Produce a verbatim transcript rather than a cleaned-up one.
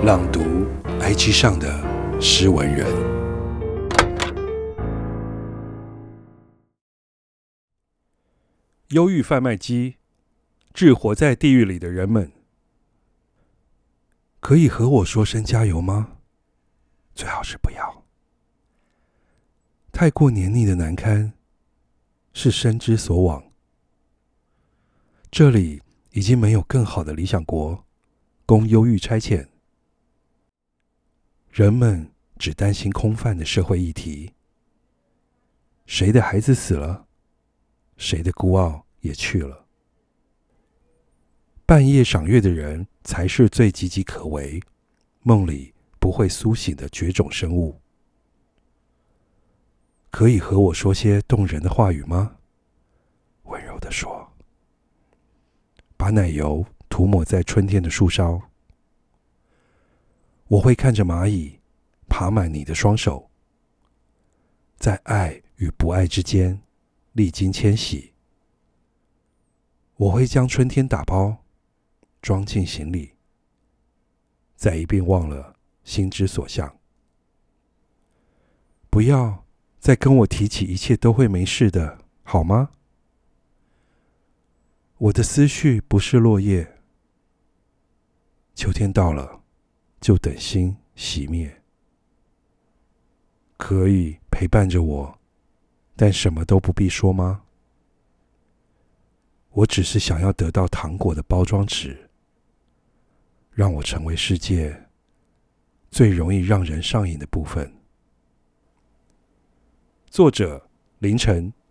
朗读 I G 上的诗文人。忧郁贩卖机，致活在地狱里的人们。可以和我说声加油吗？最好是不要。太过黏腻的难堪，是生之所往。这里已经没有更好的理想国供忧郁差遣。人们只担心空泛的社会议题，谁的孩子死了，谁的孤傲也去了。半夜赏月的人才是最岌岌可危，梦里不会苏醒的绝种生物。可以和我说些动人的话语吗？温柔地说。把奶油涂抹在春天的树梢，我会看着蚂蚁爬满你的双手，在爱与不爱之间历经迁徙。我会将春天打包装进行李，再一遍忘了心之所向。不要再跟我提起一切都会没事的，好吗？我的思绪不是落叶，秋天到了，就等心熄灭。可以陪伴着我，但什么都不必说吗？我只是想要得到糖果的包装纸，让我成为世界最容易让人上瘾的部分。作者：凌晨。